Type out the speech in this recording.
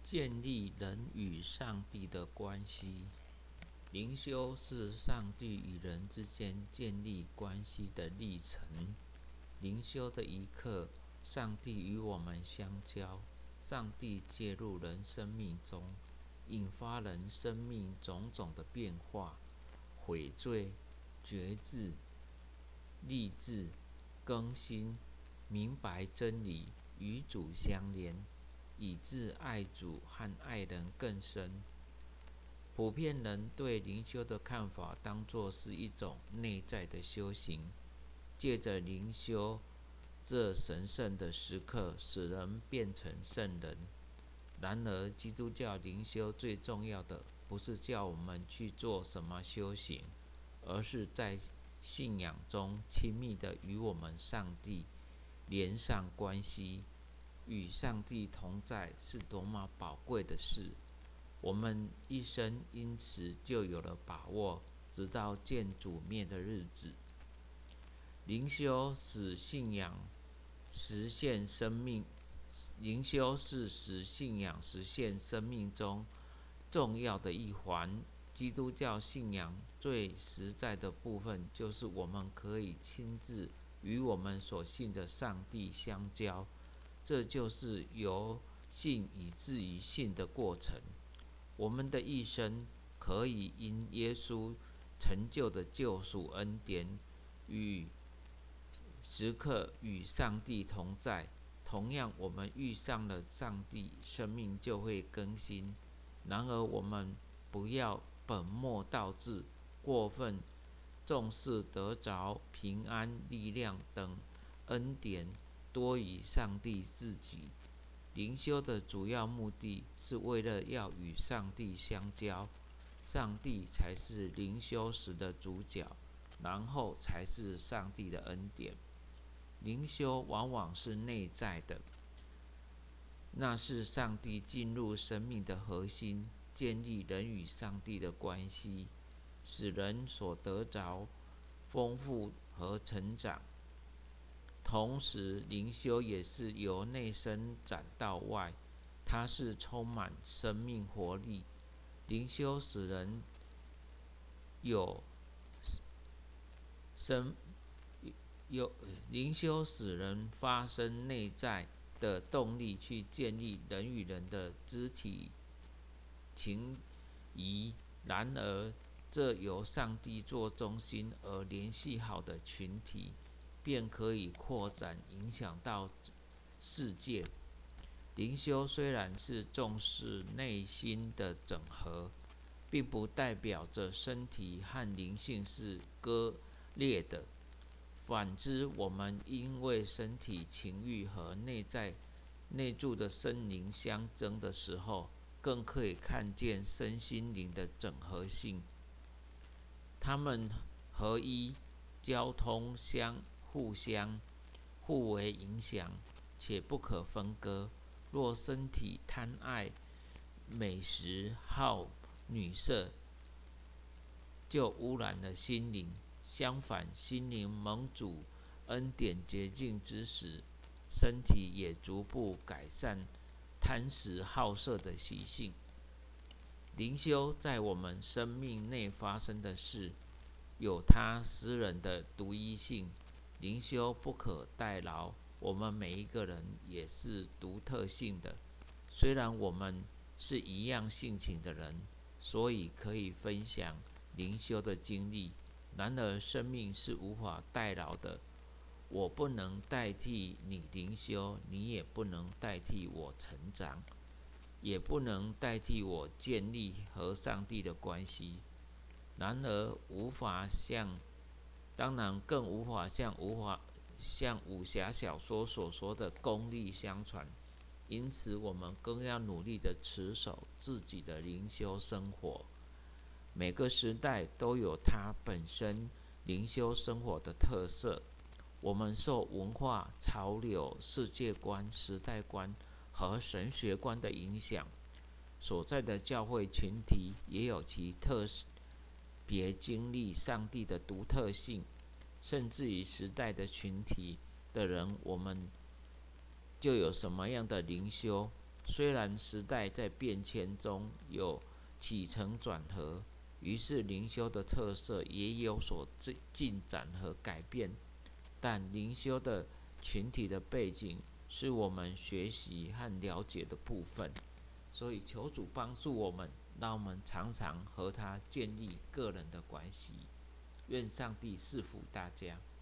建立人与上帝的关系。灵修是上帝与人之间建立关系的历程。灵修的一刻，上帝与我们相交，上帝介入人生命中，引发人生命种种的变化，悔罪、觉志、立志、更新，明白真理，与主相连，以致爱主和爱人更深。普遍人对灵修的看法当作是一种内在的修行，借着灵修这神圣的时刻，使人变成圣人。然而，基督教灵修最重要的不是叫我们去做什么修行，而是在信仰中亲密地与我们上帝连上关系。与上帝同在是多么宝贵的事！我们一生因此就有了把握，直到见主面的日子。灵修使信仰实现生命，灵修是使信仰实现生命中重要的一环。基督教信仰最实在的部分，就是我们可以亲自与我们所信的上帝相交，这就是由信以至于信的过程。我们的一生可以因耶稣成就的救赎恩典，时刻与上帝同在。同样，我们遇上了上帝，生命就会更新。然而，我们不要本末倒置，过分重视得着平安、力量等恩典，多于上帝自己。灵修的主要目的是为了要与上帝相交，上帝才是灵修时的主角，然后才是上帝的恩典。灵修往往是内在的，那是上帝进入生命的核心，建立人与上帝的关系，使人所得着丰富和成长。同时，灵修也是由内伸展到外，它是充满生命活力。灵修使人有生灵修使人发生内在的动力，去建立人与人的肢体情谊。然而，这由上帝做中心而联系好的群体，便可以扩展影响到世界。灵修虽然是重视内心的整合，并不代表着身体和灵性是割裂的。反之，我们因为身体情欲和内住的生灵相争的时候，更可以看见身心灵的整合性。它们合一、交通互为影响，且不可分割。若身体贪爱美食、好女色，就污染了心灵。相反，心灵蒙主恩典洁净之时，身体也逐步改善贪食好色的习性。灵修在我们生命内发生的事，有它私人的独一性。灵修不可代劳，我们每一个人也是独特性的。虽然我们是一样性情的人，所以可以分享灵修的经历。然而，生命是无法代劳的。我不能代替你灵修，你也不能代替我成长，也不能代替我建立和上帝的关系。然而，当然更无法像武侠小说所说的功力相传。因此，我们更要努力地持守自己的灵修生活。每个时代都有它本身灵修生活的特色。我们受文化、潮流、世界观、时代观和神学观的影响，所在的教会群体也有其特别经历上帝的独特性。甚至于时代的群体的人，我们就有什么样的灵修。 虽然时代在变迁中有起承转合，于是灵修的特色也有所进展和改变，但灵修的群体的背景是我们学习和了解的部分，所以求主帮助我们，让我们常常和他建立个人的关系。愿上帝赐福大家。